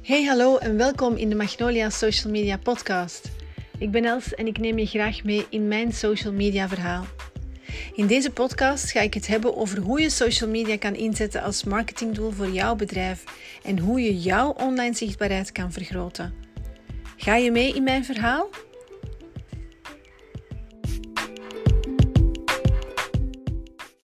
Hey, hallo en welkom in de Magnolia Social Media Podcast. Ik ben Els en ik neem je graag mee in mijn social media verhaal. In deze podcast ga ik het hebben over hoe je social media kan inzetten als marketingdoel voor jouw bedrijf en hoe je jouw online zichtbaarheid kan vergroten. Ga je mee in mijn verhaal?